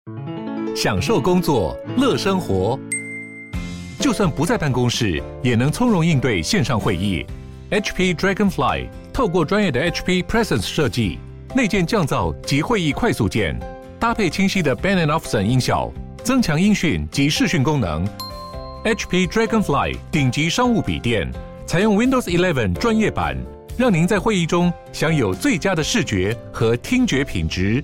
享受工作，乐生活。就算不在办公室，也能从容应对线上会议。HP Dragonfly 透过专业的 HP Presence 设计，内建降噪及会议快速键，搭配清晰的 Bang & Olufsen 音效，增强音讯及视讯功能。HP Dragonfly 顶级商务笔电，采用 Windows 11专业版，让您在会议中享有最佳的视觉和听觉品质。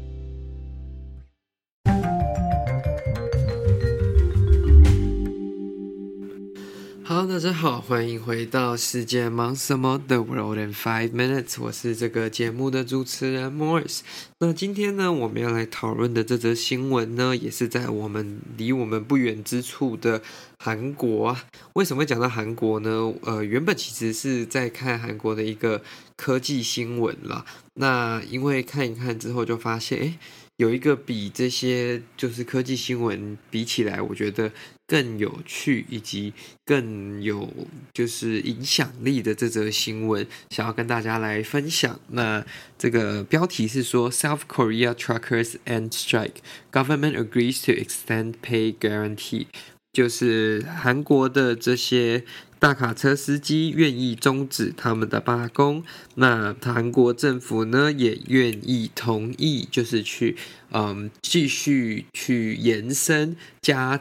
好，大家好，欢迎回到世界忙什么 The World in 5 Minutes， 我是这个节目的主持人 Morris。那今天呢，我们要来讨论的这则新闻呢，也是在离我们不远之处的韩国啊。为什么会讲到韩国呢？原本其实是在看韩国的一个科技新闻啦。那因为看一看之后就发现，有一个比这些就是科技新闻比起来，我觉得更有趣以及更有就是影响力的这则新闻，想要跟大家来分享。那这个标题是说 South Korea truckers end strike, government agrees to extend pay guarantee， 就是韩国的这些大卡车司机愿意终止他们的罢工，那韩国政府呢也愿意同意，就是去继续去延伸、加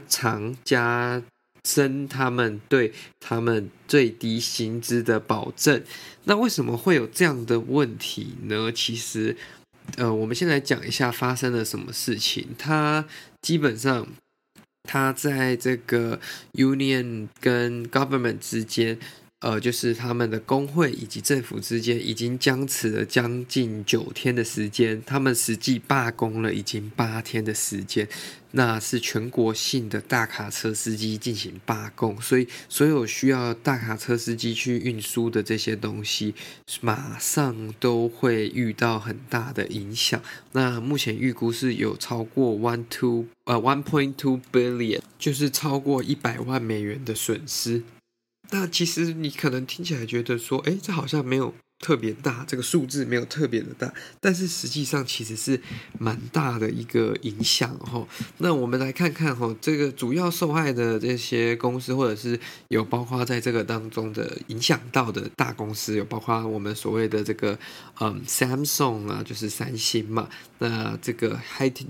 深他们对他们最低薪资的保证。那为什么会有这样的问题呢？其实我们先来讲一下发生了什么事情。基本上他在这个 union 跟 government 之间，就是他们的工会以及政府之间已经僵持了将近9天的时间，他们实际罢工了已经8天的时间，那是全国性的大卡车司机进行罢工，所以所有需要大卡车司机去运输的这些东西，马上都会遇到很大的影响。那目前预估是有超过1.2 billion， 就是超过100万美元的损失。那其实你可能听起来觉得说，这好像没有特别大，这个数字没有特别的大，但是实际上其实是蛮大的一个影响齁。那我们来看看这个主要受害的这些公司，或者是有包括在这个当中的影响到的大公司，有包括我们所谓的这个Samsung 啊，就是三星嘛。那这个 Haidt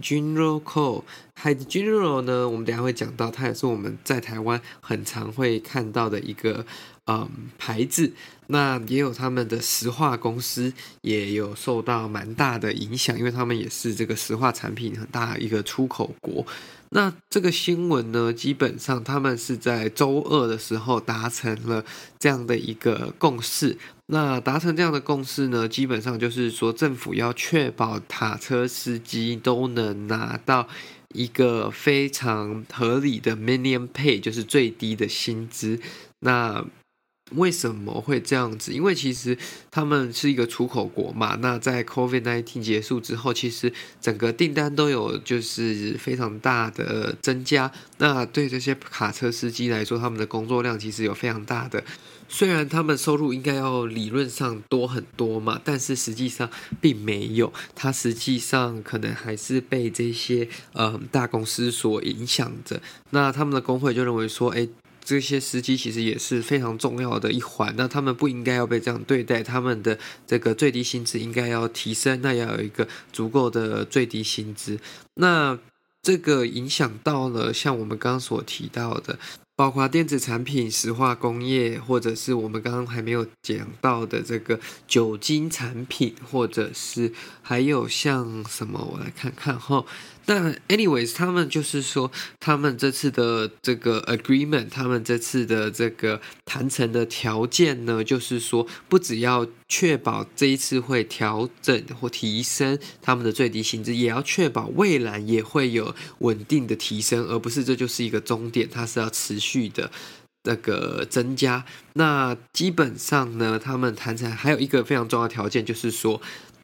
General 呢，我们等一下会讲到，它也是我们在台湾很常会看到的一个牌子。那也有他们的石化公司也有受到蛮大的影响，因为他们也是这个石化产品很大的一个出口国。那这个新闻呢，基本上他们是在周二的时候达成了这样的一个共识。那达成这样的共识呢，基本上就是说政府要确保卡车司机都能拿到一个非常合理的 minimum pay， 就是最低的薪资。那为什么会这样子？因为其实他们是一个出口国嘛，那在 COVID-19 结束之后，其实整个订单都有就是非常大的增加。那对这些卡车司机来说，他们的工作量其实有非常大的，虽然他们收入应该要理论上多很多嘛，但是实际上并没有，它实际上可能还是被这些大公司所影响着。那他们的工会就认为说，这些司机其实也是非常重要的一环，那他们不应该要被这样对待，他们的这个最低薪资应该要提升，那要有一个足够的最低薪资。那这个影响到了像我们刚刚所提到的，包括电子产品、石化工业，或者是我们刚刚还没有讲到的这个酒精产品，或者是还有像什么，我来看看齁。那 anyways， 他们就是说，他们这次的这个 agreement， 他们这次的这个谈成的条件呢，就是说，不只要确保这一次会调整或提升他们的最低薪资，也要确保未来也会有稳定的提升，而不是这就是一个终点，它是要持续的那个增加。那基本上呢，他们谈成还有一个非常重要的条件，就是说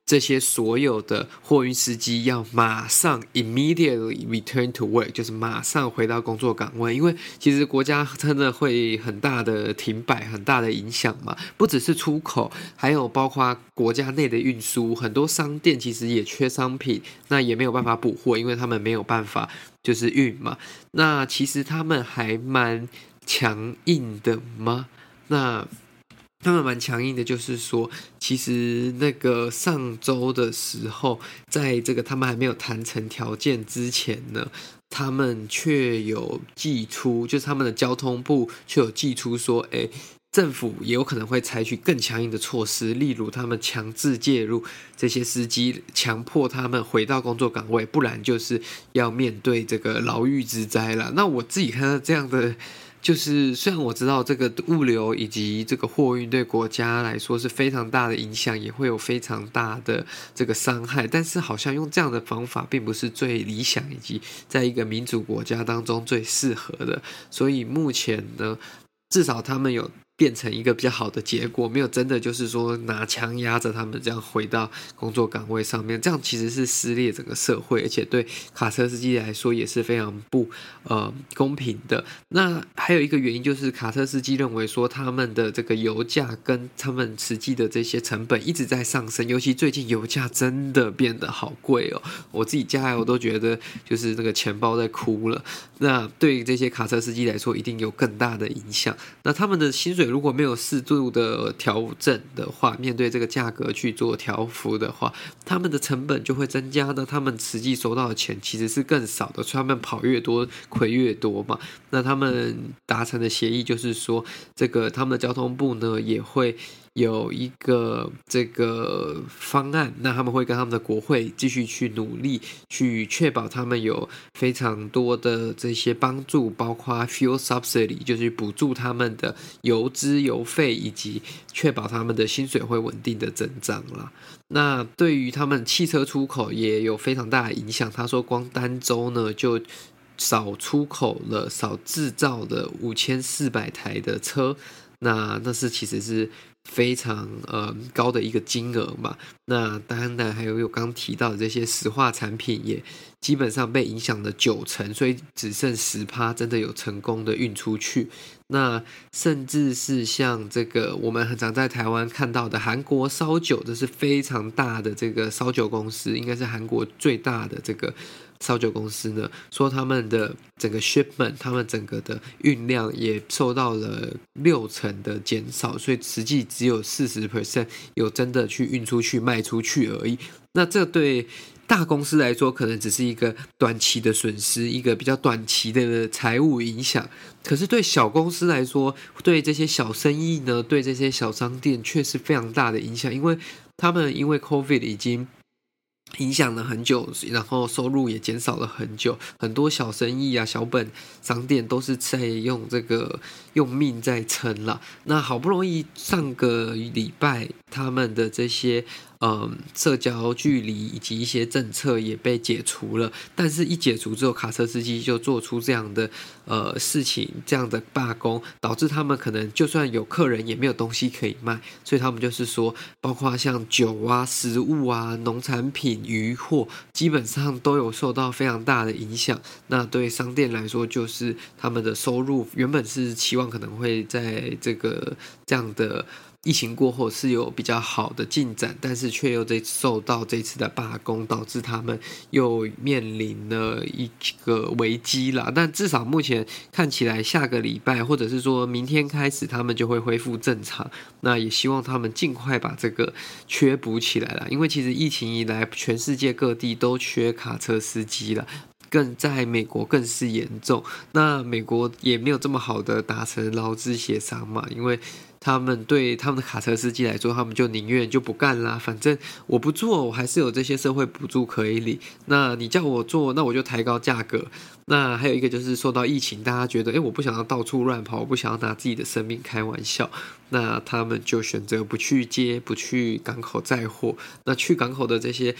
这些所有的货运司机要马上 immediately return to work， 就是马上回到工作岗位，因为其实国家真的会很大的停摆，很大的影响嘛，不只是出口，还有包括国家内的运输，很多商店其实也缺商品，那也没有办法补货，因为他们没有办法就是运嘛。那其实他们还蛮强硬的吗？那他们蛮强硬的，就是说，其实那个上周的时候，在这个他们还没有谈成条件之前呢，他们却有寄出，就是他们的交通部却有寄出说，政府也有可能会采取更强硬的措施，例如他们强制介入这些司机，强迫他们回到工作岗位，不然就是要面对这个牢狱之灾了。那我自己看到这样的。就是虽然我知道这个物流以及这个货运对国家来说是非常大的影响，也会有非常大的这个伤害，但是好像用这样的方法并不是最理想，以及在一个民主国家当中最适合的。所以目前呢，至少他们有变成一个比较好的结果，没有真的就是说拿枪压着他们这样回到工作岗位上面，这样其实是撕裂整个社会，而且对卡车司机来说也是非常不公平的。那还有一个原因就是卡车司机认为说他们的这个油价跟他们实际的这些成本一直在上升，尤其最近油价真的变得好贵哦，我自己加油都觉得就是那个钱包在哭了。那对于这些卡车司机来说一定有更大的影响，那他们的薪水如果没有适度的调整的话，面对这个价格去做调幅的话，他们的成本就会增加，那他们实际收到的钱其实是更少的，所以他们跑越多亏越多嘛。那他们达成的协议就是说，这个他们的交通部呢也会有一个这个方案，那他们会跟他们的国会继续去努力，去确保他们有非常多的这些帮助，包括 fuel subsidy， 就是补助他们的油资、油费，以及确保他们的薪水会稳定的增长啦。那对于他们汽车出口也有非常大的影响。他说，光单周呢就少出口了、少制造了5400台的车，那是其实是非常高的一个金额嘛。那当然还有刚提到的这些石化产品也基本上被影响了90%，所以只剩10%真的有成功的运出去。那甚至是像这个我们很常在台湾看到的韩国烧酒，这是非常大的这个烧酒公司，应该是韩国最大的这个烧酒公司呢，说他们的整个 shipment， 他们整个的运量也受到了60%的减少，所以实际只有40% 有真的去运出去卖出去而已。那这对大公司来说可能只是一个短期的损失，一个比较短期的财务影响，可是对小公司来说，对这些小生意呢，对这些小商店却是非常大的影响，因为他们因为 COVID 已经影响了很久，然后收入也减少了很久，很多小生意啊、小本商店都是在用这个用命在撑啦。那好不容易上个礼拜他们的这些社交距离以及一些政策也被解除了，但是一解除之后，卡车司机就做出这样的事情，这样的罢工，导致他们可能就算有客人也没有东西可以卖，所以他们就是说，包括像酒啊、食物啊、农产品、渔获，基本上都有受到非常大的影响。那对商店来说，就是他们的收入原本是期望可能会在这样的疫情过后是有比较好的进展，但是却又受到这次的罢工，导致他们又面临了一个危机啦。但至少目前看起来，下个礼拜或者是说明天开始，他们就会恢复正常。那也希望他们尽快把这个缺补起来啦，因为其实疫情以来，全世界各地都缺卡车司机了。更在美国更是严重，那美国也没有这么好的达成劳资协商嘛，因为他们对他们的卡车司机来说，他们就宁愿就不干啦，反正我不做，我还是有这些社会补助可以领，那你叫我做，那我就抬高价格。那还有一个就是受到疫情，大家觉得我不想要到处乱跑，我不想要拿自己的生命开玩笑，那他们就选择不去接，不去港口载货。那去港口的这些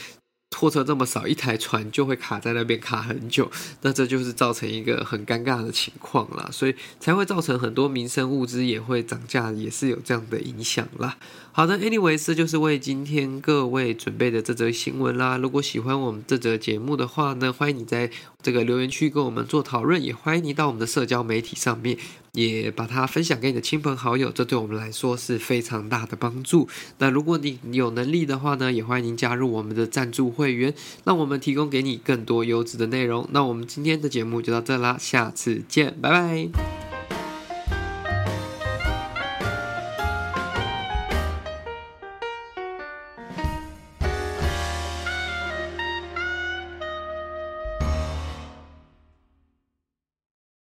货车这么少，一台船就会卡在那边卡很久，那这就是造成一个很尴尬的情况啦，所以才会造成很多民生物资也会涨价，也是有这样的影响啦。好的 ，anyways， 这就是为今天各位准备的这则新闻啦。如果喜欢我们这则节目的话呢，欢迎你在这个留言区跟我们做讨论，也欢迎你到我们的社交媒体上面，也把它分享给你的亲朋好友，这对我们来说是非常大的帮助。那如果你有能力的话呢，也欢迎您加入我们的赞助会员，让我们提供给你更多优质的内容。那我们今天的节目就到这啦，下次见，拜拜。